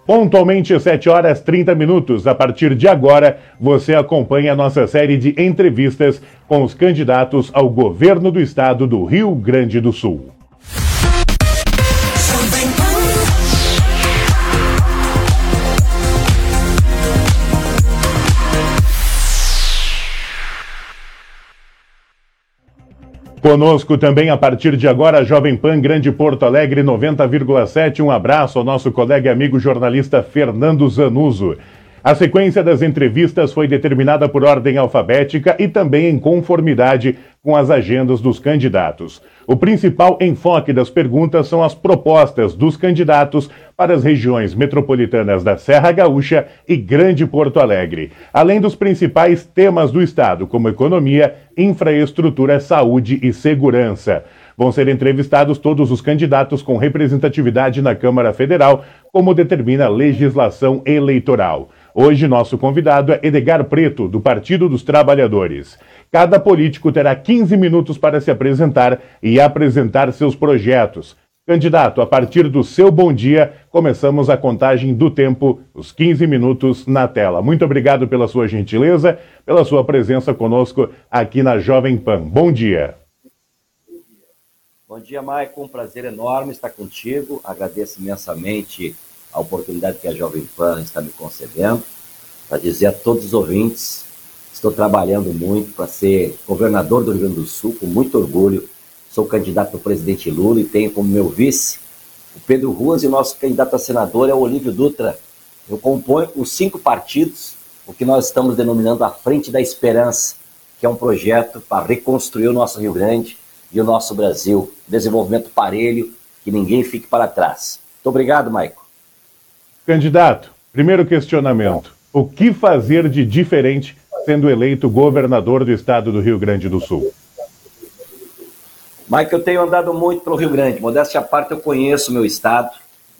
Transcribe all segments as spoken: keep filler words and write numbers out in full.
Pontualmente sete horas e trinta minutos. A partir de agora, você acompanha a nossa série de entrevistas com os candidatos ao governo do estado do Rio Grande do Sul. Conosco também, a partir de agora, a Jovem Pan Grande Porto Alegre noventa vírgula sete. Um abraço ao nosso colega e amigo jornalista Fernando Zanuso. A sequência das entrevistas foi determinada por ordem alfabética e também em conformidade com as agendas dos candidatos. O principal enfoque das perguntas são as propostas dos candidatos para as regiões metropolitanas da Serra Gaúcha e Grande Porto Alegre, além dos principais temas do estado, como economia, infraestrutura, saúde e segurança. Vão ser entrevistados todos os candidatos com representatividade na Câmara Federal, como determina a legislação eleitoral. Hoje, nosso convidado é Edgar Preto, do Partido dos Trabalhadores. Cada político terá quinze minutos para se apresentar e apresentar seus projetos. Candidato, a partir do seu bom dia, começamos a contagem do tempo, os quinze minutos na tela. Muito obrigado pela sua gentileza, pela sua presença conosco aqui na Jovem Pan. Bom dia. Bom dia, Maicon. Um prazer enorme estar contigo. Agradeço imensamente a oportunidade que a Jovem Pan está me concedendo para dizer a todos os ouvintes: estou trabalhando muito para ser governador do Rio Grande do Sul, com muito orgulho. Sou candidato do presidente Lula e tenho como meu vice o Pedro Ruas, e o nosso candidato a senador é o Olívio Dutra. Eu componho os cinco partidos, o que nós estamos denominando a Frente da Esperança, que é um projeto para reconstruir o nosso Rio Grande e o nosso Brasil. Desenvolvimento parelho, que ninguém fique para trás. Muito obrigado, Maicon. Candidato, primeiro questionamento. O que fazer de diferente sendo eleito governador do estado do Rio Grande do Sul? Maicon, eu tenho andado muito pelo Rio Grande. Modéstia à parte, eu conheço o meu estado.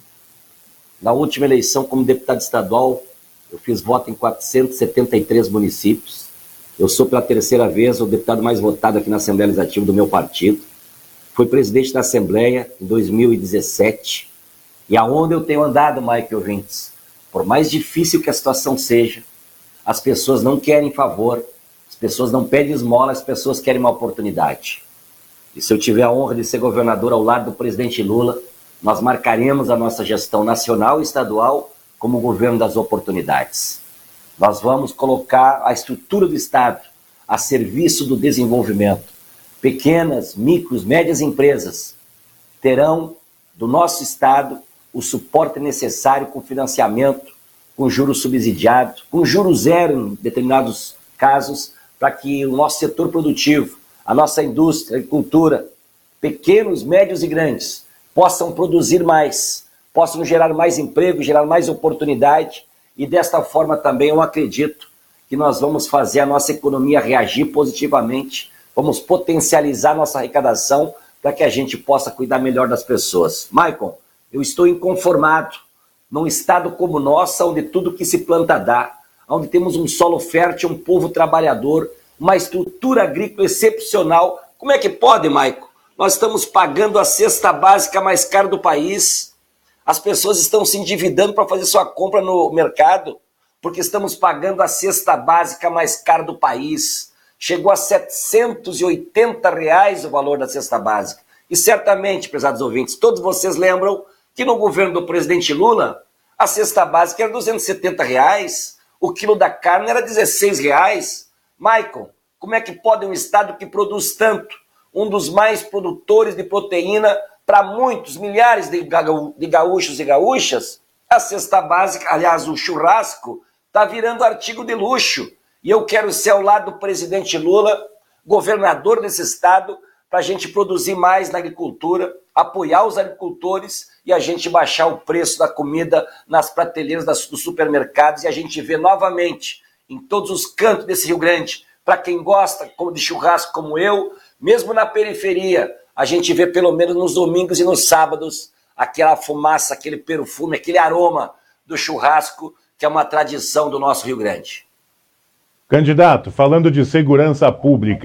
Na última eleição como deputado estadual, eu fiz voto em quatrocentos e setenta e três municípios. Eu sou pela terceira vez o deputado mais votado aqui na Assembleia Legislativa do meu partido. Fui presidente da Assembleia em dois mil e dezessete. E aonde eu tenho andado, Maicon, ouvintes, por mais difícil que a situação seja, as pessoas não querem favor, as pessoas não pedem esmola, as pessoas querem uma oportunidade. E se eu tiver a honra de ser governador ao lado do presidente Lula, nós marcaremos a nossa gestão nacional e estadual como o governo das oportunidades. Nós vamos colocar a estrutura do Estado a serviço do desenvolvimento. Pequenas, micros, médias empresas terão do nosso Estado o suporte necessário com financiamento, com juros subsidiados, com juros zero em determinados casos, para que o nosso setor produtivo, a nossa indústria, a agricultura, pequenos, médios e grandes, possam produzir mais, possam gerar mais emprego, gerar mais oportunidade, e desta forma também eu acredito que nós vamos fazer a nossa economia reagir positivamente, vamos potencializar nossa arrecadação para que a gente possa cuidar melhor das pessoas. Maicon, eu estou inconformado num estado como o nosso, onde tudo que se planta dá, onde temos um solo fértil, um povo trabalhador, uma estrutura agrícola excepcional. Como é que pode, Maicon? Nós estamos pagando a cesta básica mais cara do país, as pessoas estão se endividando para fazer sua compra no mercado, porque estamos pagando a cesta básica mais cara do país. Chegou a setecentos e oitenta reais o valor da cesta básica. E certamente, prezados ouvintes, todos vocês lembram que no governo do presidente Lula, a cesta básica era duzentos e setenta reais, o quilo da carne era dezesseis reais. Maicon, como é que pode um estado que produz tanto, um dos mais produtores de proteína para muitos, milhares de, gaú de gaúchos e gaúchas, a cesta básica, aliás, o churrasco, está virando artigo de luxo. E eu quero ser ao lado do presidente Lula, governador desse estado, para a gente produzir mais na agricultura, apoiar os agricultores e a gente baixar o preço da comida nas prateleiras das, dos supermercados, e a gente vê novamente em todos os cantos desse Rio Grande, para quem gosta de churrasco como eu, mesmo na periferia, a gente vê pelo menos nos domingos e nos sábados aquela fumaça, aquele perfume, aquele aroma do churrasco, que é uma tradição do nosso Rio Grande. Candidato, falando de segurança pública,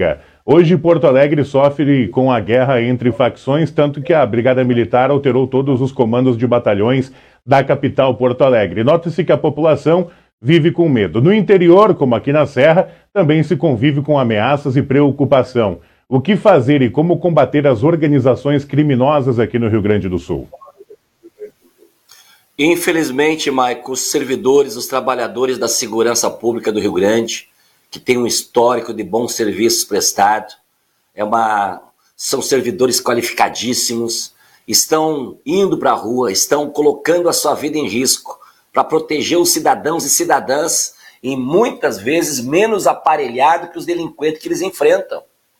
Hoje, Porto Alegre sofre com a guerra entre facções, tanto que a Brigada Militar alterou todos os comandos de batalhões da capital Porto Alegre. Note-se que a população vive com medo. No interior, como aqui na Serra, também se convive com ameaças e preocupação. O que fazer e como combater as organizações criminosas aqui no Rio Grande do Sul? Infelizmente, Maico, os servidores, os trabalhadores da segurança pública do Rio Grande, que tem um histórico de bons serviços prestados, é uma... são servidores qualificadíssimos, estão indo para a rua, estão colocando a sua vida em risco para proteger os cidadãos e cidadãs, e muitas vezes menos aparelhado que os delinquentes que eles enfrentam.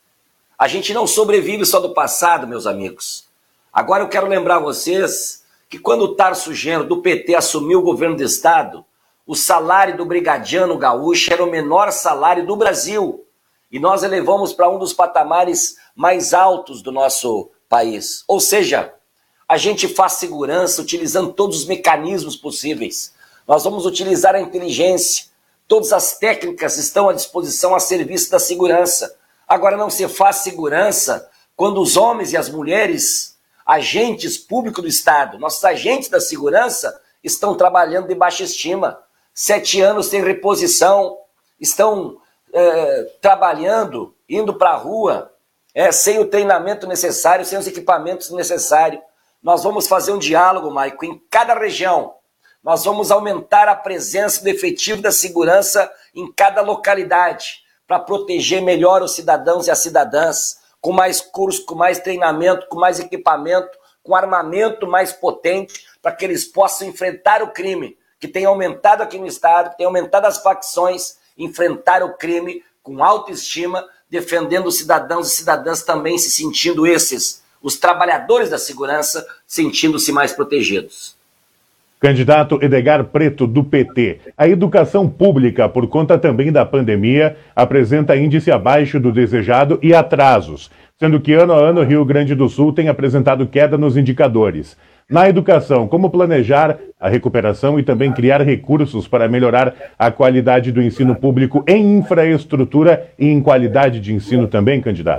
A gente não sobrevive só do passado, meus amigos. Agora eu quero lembrar vocês que quando o Tarso Genro, do P T, assumiu o governo do estado, o salário do brigadiano gaúcho era o menor salário do Brasil. E nós elevamos para um dos patamares mais altos do nosso país. Ou seja, a gente faz segurança utilizando todos os mecanismos possíveis. Nós vamos utilizar a inteligência. Todas as técnicas estão à disposição a serviço da segurança. Agora não se faz segurança quando os homens e as mulheres, agentes públicos do Estado, nossos agentes da segurança, estão trabalhando de baixa estima. Sete anos sem reposição, estão é, trabalhando, indo para a rua, é, sem o treinamento necessário, sem os equipamentos necessários. Nós vamos fazer um diálogo, Maico, em cada região. Nós vamos aumentar a presença do efetivo da segurança em cada localidade, para proteger melhor os cidadãos e as cidadãs, com mais curso, com mais treinamento, com mais equipamento, com armamento mais potente, para que eles possam enfrentar o crime, que tem aumentado aqui no estado, que tem aumentado as facções, enfrentar o crime com autoestima, defendendo os cidadãos e cidadãs também se sentindo esses, os trabalhadores da segurança, sentindo-se mais protegidos. Candidato Edgar Preto, do P T. A educação pública, por conta também da pandemia, apresenta índice abaixo do desejado e atrasos, sendo que ano a ano o Rio Grande do Sul tem apresentado queda nos indicadores. Na educação, como planejar a recuperação e também criar recursos para melhorar a qualidade do ensino público em infraestrutura e em qualidade de ensino também, candidato?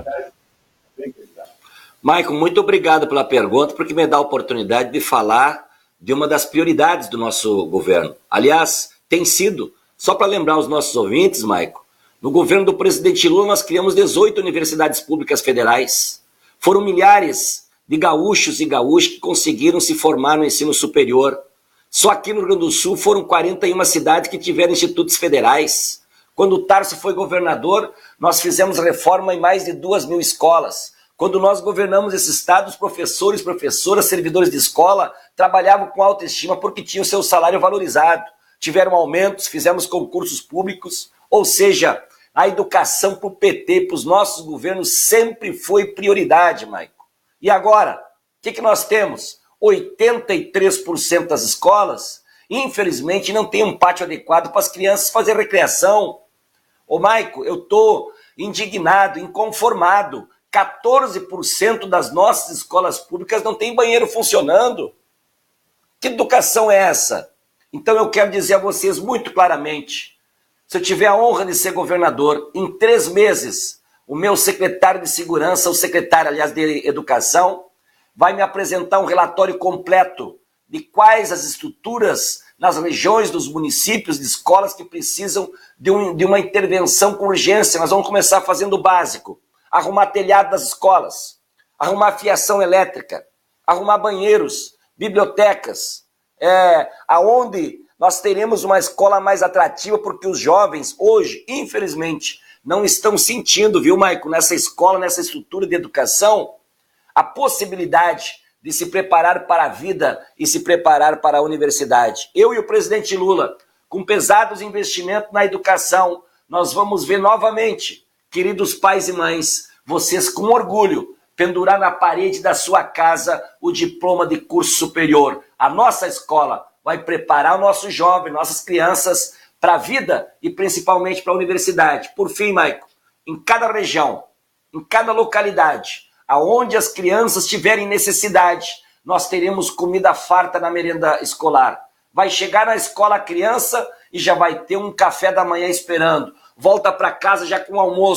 Maicon, muito obrigado pela pergunta, porque me dá a oportunidade de falar de uma das prioridades do nosso governo. Aliás, tem sido, só para lembrar os nossos ouvintes, Maicon, no governo do presidente Lula nós criamos dezoito universidades públicas federais. Foram milhares de gaúchos e gaúchas que conseguiram se formar no ensino superior. Só aqui no Rio Grande do Sul foram quarenta e uma cidades que tiveram institutos federais. Quando o Tarso foi governador, nós fizemos reforma em mais de duas mil escolas. Quando nós governamos esse estado, os professores, professoras, servidores de escola trabalhavam com autoestima porque tinham seu salário valorizado. Tiveram aumentos, fizemos concursos públicos, ou seja, a educação para o P T, para os nossos governos, sempre foi prioridade, Maico. E agora, o que, que nós temos? oitenta e três por cento das escolas, infelizmente, não tem um pátio adequado para as crianças fazer recreação. Ô, Maico, eu estou indignado, inconformado. quatorze por cento das nossas escolas públicas não tem banheiro funcionando. Que educação é essa? Então eu quero dizer a vocês muito claramente, se eu tiver a honra de ser governador, em três meses, o meu secretário de segurança, o secretário, aliás, de educação, vai me apresentar um relatório completo de quais as estruturas nas regiões dos municípios, de escolas que precisam de, um, de uma intervenção com urgência. Nós vamos começar fazendo o básico. Arrumar telhado das escolas, arrumar fiação elétrica, arrumar banheiros, bibliotecas, é, aonde nós teremos uma escola mais atrativa, porque os jovens hoje, infelizmente, não estão sentindo, viu, Maico, nessa escola, nessa estrutura de educação, a possibilidade de se preparar para a vida e se preparar para a universidade. Eu e o presidente Lula, com pesados investimentos na educação, nós vamos ver novamente, queridos pais e mães, vocês com orgulho pendurar na parede da sua casa o diploma de curso superior. A nossa escola vai preparar o nosso jovem, nossas crianças para a vida e principalmente para a universidade. Por fim, Maico, em cada região, em cada localidade, aonde as crianças tiverem necessidade, nós teremos comida farta na merenda escolar. Vai chegar na escola a criança e já vai ter um café da manhã esperando. Volta para casa já com almoço.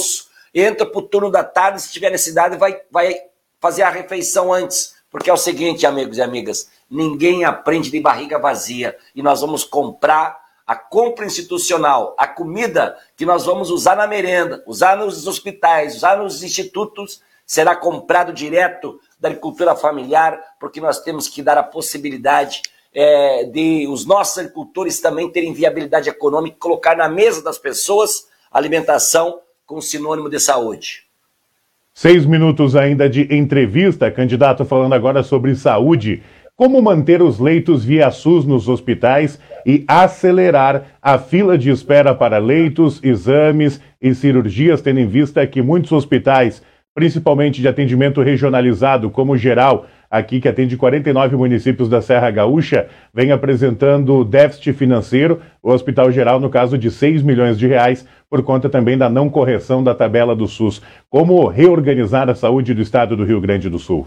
entra para o turno da tarde, se tiver necessidade, vai, vai fazer a refeição antes. Porque é o seguinte, amigos e amigas, ninguém aprende de barriga vazia e nós vamos comprar a compra institucional, a comida que nós vamos usar na merenda, usar nos hospitais, usar nos institutos, será comprado direto da agricultura familiar, porque nós temos que dar a possibilidade é, de os nossos agricultores também terem viabilidade econômica e colocar na mesa das pessoas alimentação com sinônimo de saúde. Seis minutos ainda de entrevista, candidato falando agora sobre saúde. Como manter os leitos via SUS nos hospitais e acelerar a fila de espera para leitos, exames e cirurgias, tendo em vista que muitos hospitais, principalmente de atendimento regionalizado, como o Geral, aqui que atende quarenta e nove municípios da Serra Gaúcha, vem apresentando déficit financeiro, o Hospital Geral, no caso de seis milhões de reais, por conta também da não correção da tabela do SUS. Como reorganizar a saúde do estado do Rio Grande do Sul?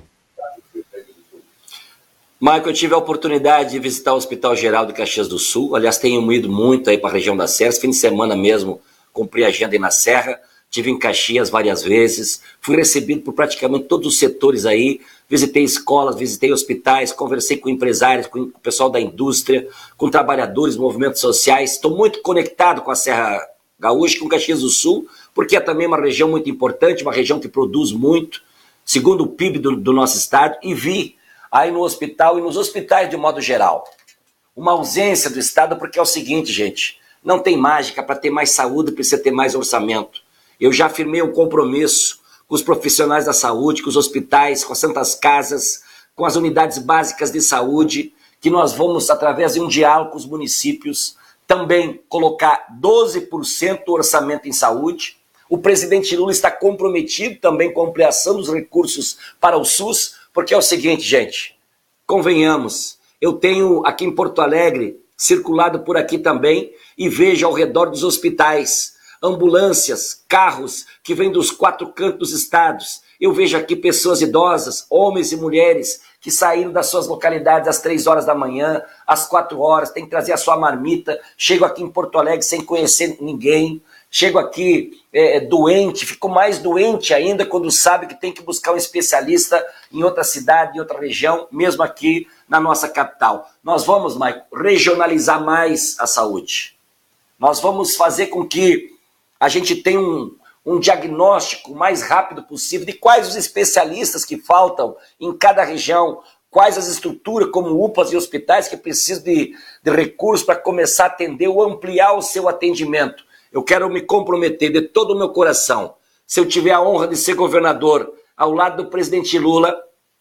Michael, eu tive a oportunidade de visitar o Hospital Geral de Caxias do Sul. Aliás, tenho ido muito aí para a região da Serra. Esse fim de semana mesmo, cumpri a agenda aí na Serra. Estive em Caxias várias vezes. Fui recebido por praticamente todos os setores aí. Visitei escolas, visitei hospitais, conversei com empresários, com o pessoal da indústria, com trabalhadores, movimentos sociais. Estou muito conectado com a Serra Gaúcha, com Caxias do Sul, porque é também uma região muito importante, uma região que produz muito, segundo o P I B do, do nosso estado, e vi aí no hospital e nos hospitais de modo geral uma ausência do estado, porque é o seguinte, gente, não tem mágica. Para ter mais saúde precisa ter mais orçamento. Eu já firmei um compromisso com os profissionais da saúde, com os hospitais, com as santas casas, com as unidades básicas de saúde, que nós vamos, através de um diálogo com os municípios, também colocar doze por cento do orçamento em saúde. O presidente Lula está comprometido também com a ampliação dos recursos para o SUS, porque é o seguinte, gente, convenhamos, eu tenho aqui em Porto Alegre, circulado por aqui também, e vejo ao redor dos hospitais, ambulâncias, carros que vêm dos quatro cantos dos estados. Eu vejo aqui pessoas idosas, homens e mulheres, que saíram das suas localidades às três horas da manhã, às quatro horas, tem que trazer a sua marmita, chego aqui em Porto Alegre sem conhecer ninguém, chego aqui é, doente, fico mais doente ainda quando sabe que tem que buscar um especialista em outra cidade, em outra região, mesmo aqui na nossa capital. Nós vamos, Maico, regionalizar mais a saúde. Nós vamos fazer com que a gente tenha um, um diagnóstico o mais rápido possível de quais os especialistas que faltam em cada região, quais as estruturas, como U P As e hospitais, que precisam de, de recursos para começar a atender ou ampliar o seu atendimento. Eu quero me comprometer de todo o meu coração. Se eu tiver a honra de ser governador ao lado do presidente Lula,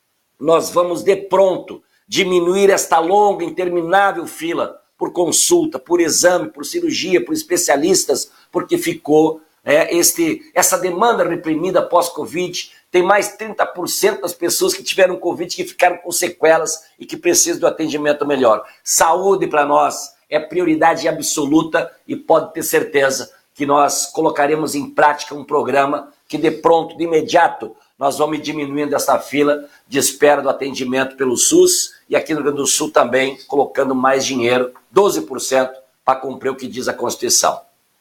nós vamos de pronto diminuir esta longa, interminável fila por consulta, por exame, por cirurgia, por especialistas, porque ficou é, este, essa demanda reprimida pós-Covid. Tem mais trinta por cento das pessoas que tiveram Covid que ficaram com sequelas e que precisam do atendimento melhor. Saúde para nós é prioridade absoluta e pode ter certeza que nós colocaremos em prática um programa que de pronto, de imediato, nós vamos diminuindo essa fila de espera do atendimento pelo SUS e aqui no Rio Grande do Sul também colocando mais dinheiro, doze por cento, para cumprir o que diz a Constituição.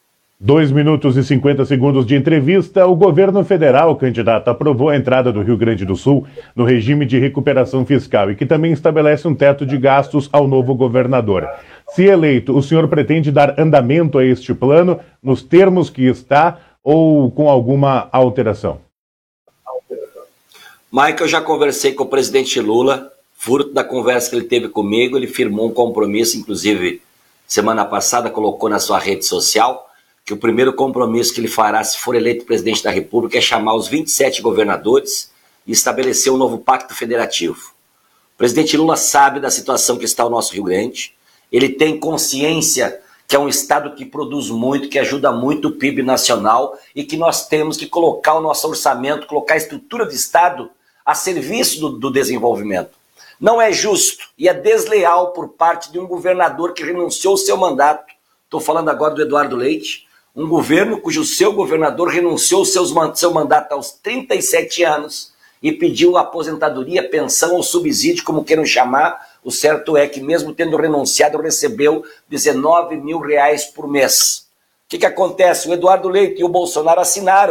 Dois minutos e cinquenta segundos de entrevista. O governo federal, candidato, aprovou a entrada do Rio Grande do Sul no regime de recuperação fiscal e que também estabelece um teto de gastos ao novo governador. Se eleito, o senhor pretende dar andamento a este plano nos termos que está ou com alguma alteração? Michael, eu já conversei com o presidente Lula, fruto da conversa que ele teve comigo, ele firmou um compromisso, inclusive semana passada colocou na sua rede social, que o primeiro compromisso que ele fará se for eleito presidente da República é chamar os vinte e sete governadores e estabelecer um novo pacto federativo. O presidente Lula sabe da situação que está o nosso Rio Grande, ele tem consciência que é um estado que produz muito, que ajuda muito o P I B nacional e que nós temos que colocar o nosso orçamento, colocar a estrutura de estado a serviço do, do desenvolvimento. Não é justo e é desleal por parte de um governador que renunciou ao seu mandato, estou falando agora do Eduardo Leite, um governo cujo seu governador renunciou ao seus, seu mandato aos trinta e sete anos e pediu aposentadoria, pensão ou subsídio, como queiram chamar. O certo é que, mesmo tendo renunciado, recebeu dezenove mil reais por mês. O que, que acontece? O Eduardo Leite e o Bolsonaro assinaram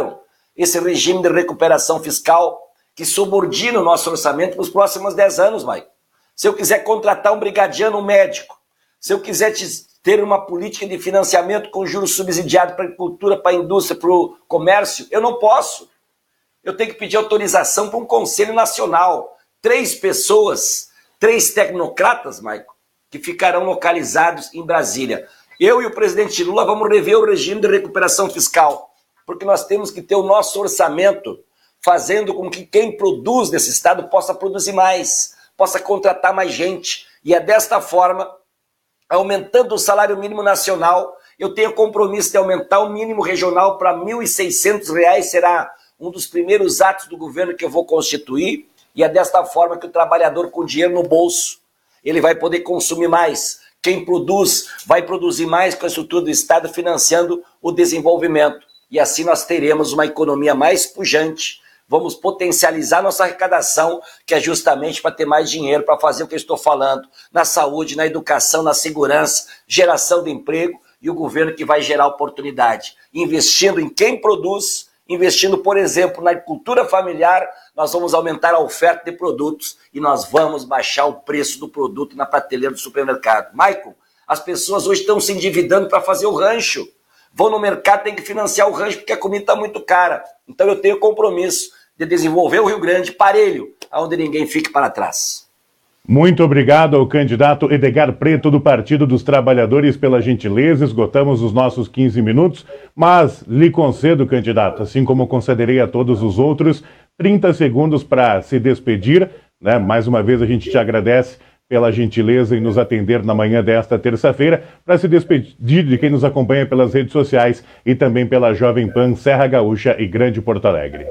esse regime de recuperação fiscal que subordina o nosso orçamento para os próximos dez anos, Maicon. Se eu quiser contratar um brigadiano, um médico, se eu quiser ter uma política de financiamento com juros subsidiados para a agricultura, para a indústria, para o comércio, eu não posso. Eu tenho que pedir autorização para um Conselho Nacional. Três pessoas, três tecnocratas, Maicon, que ficarão localizados em Brasília. Eu e o presidente Lula vamos rever o regime de recuperação fiscal, porque nós temos que ter o nosso orçamento fazendo com que quem produz nesse estado possa produzir mais, possa contratar mais gente. E é desta forma, aumentando o salário mínimo nacional, eu tenho compromisso de aumentar o mínimo regional para mil e seiscentos reais, será um dos primeiros atos do governo que eu vou constituir, e é desta forma que o trabalhador com dinheiro no bolso, ele vai poder consumir mais. Quem produz vai produzir mais com a estrutura do Estado financiando o desenvolvimento. E assim nós teremos uma economia mais pujante, vamos potencializar nossa arrecadação, que é justamente para ter mais dinheiro para fazer o que eu estou falando, na saúde, na educação, na segurança, geração de emprego, e o governo que vai gerar oportunidade, investindo em quem produz, investindo, por exemplo, na agricultura familiar, nós vamos aumentar a oferta de produtos e nós vamos baixar o preço do produto na prateleira do supermercado. Maicon, as pessoas hoje estão se endividando para fazer o rancho. Vão no mercado, tem que financiar o rancho porque a comida está muito cara. Então eu tenho compromisso de desenvolver o Rio Grande parelho, onde ninguém fique para trás. Muito obrigado ao candidato Edgar Preto do Partido dos Trabalhadores pela gentileza. Esgotamos os nossos quinze minutos, mas lhe concedo, candidato, assim como concederei a todos os outros, trinta segundos para se despedir, né? Mais uma vez a gente te agradece pela gentileza em nos atender na manhã desta terça-feira, para se despedir de quem nos acompanha pelas redes sociais e também pela Jovem Pan Serra Gaúcha e Grande Porto Alegre.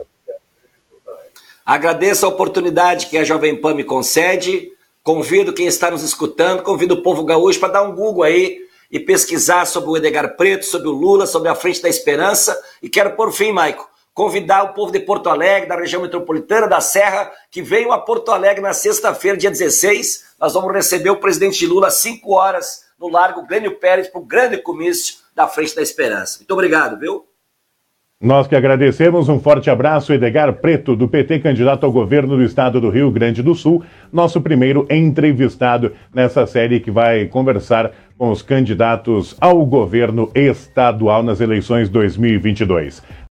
Agradeço a oportunidade que a Jovem Pan me concede. Convido quem está nos escutando, convido o povo gaúcho para dar um Google aí e pesquisar sobre o Edgar Preto, sobre o Lula, sobre a Frente da Esperança. E quero, por fim, Maicon, convidar o povo de Porto Alegre, da região metropolitana, da Serra, que venham a Porto Alegre na sexta-feira, dia dezesseis. Nós vamos receber o presidente Lula às cinco horas no Largo Glênio Pérez para o grande comício da Frente da Esperança. Muito obrigado, viu? Nós que agradecemos, um forte abraço, Edgar Preto, do P T, candidato ao governo do estado do Rio Grande do Sul, nosso primeiro entrevistado nessa série que vai conversar com os candidatos ao governo estadual nas eleições dois mil e vinte e dois.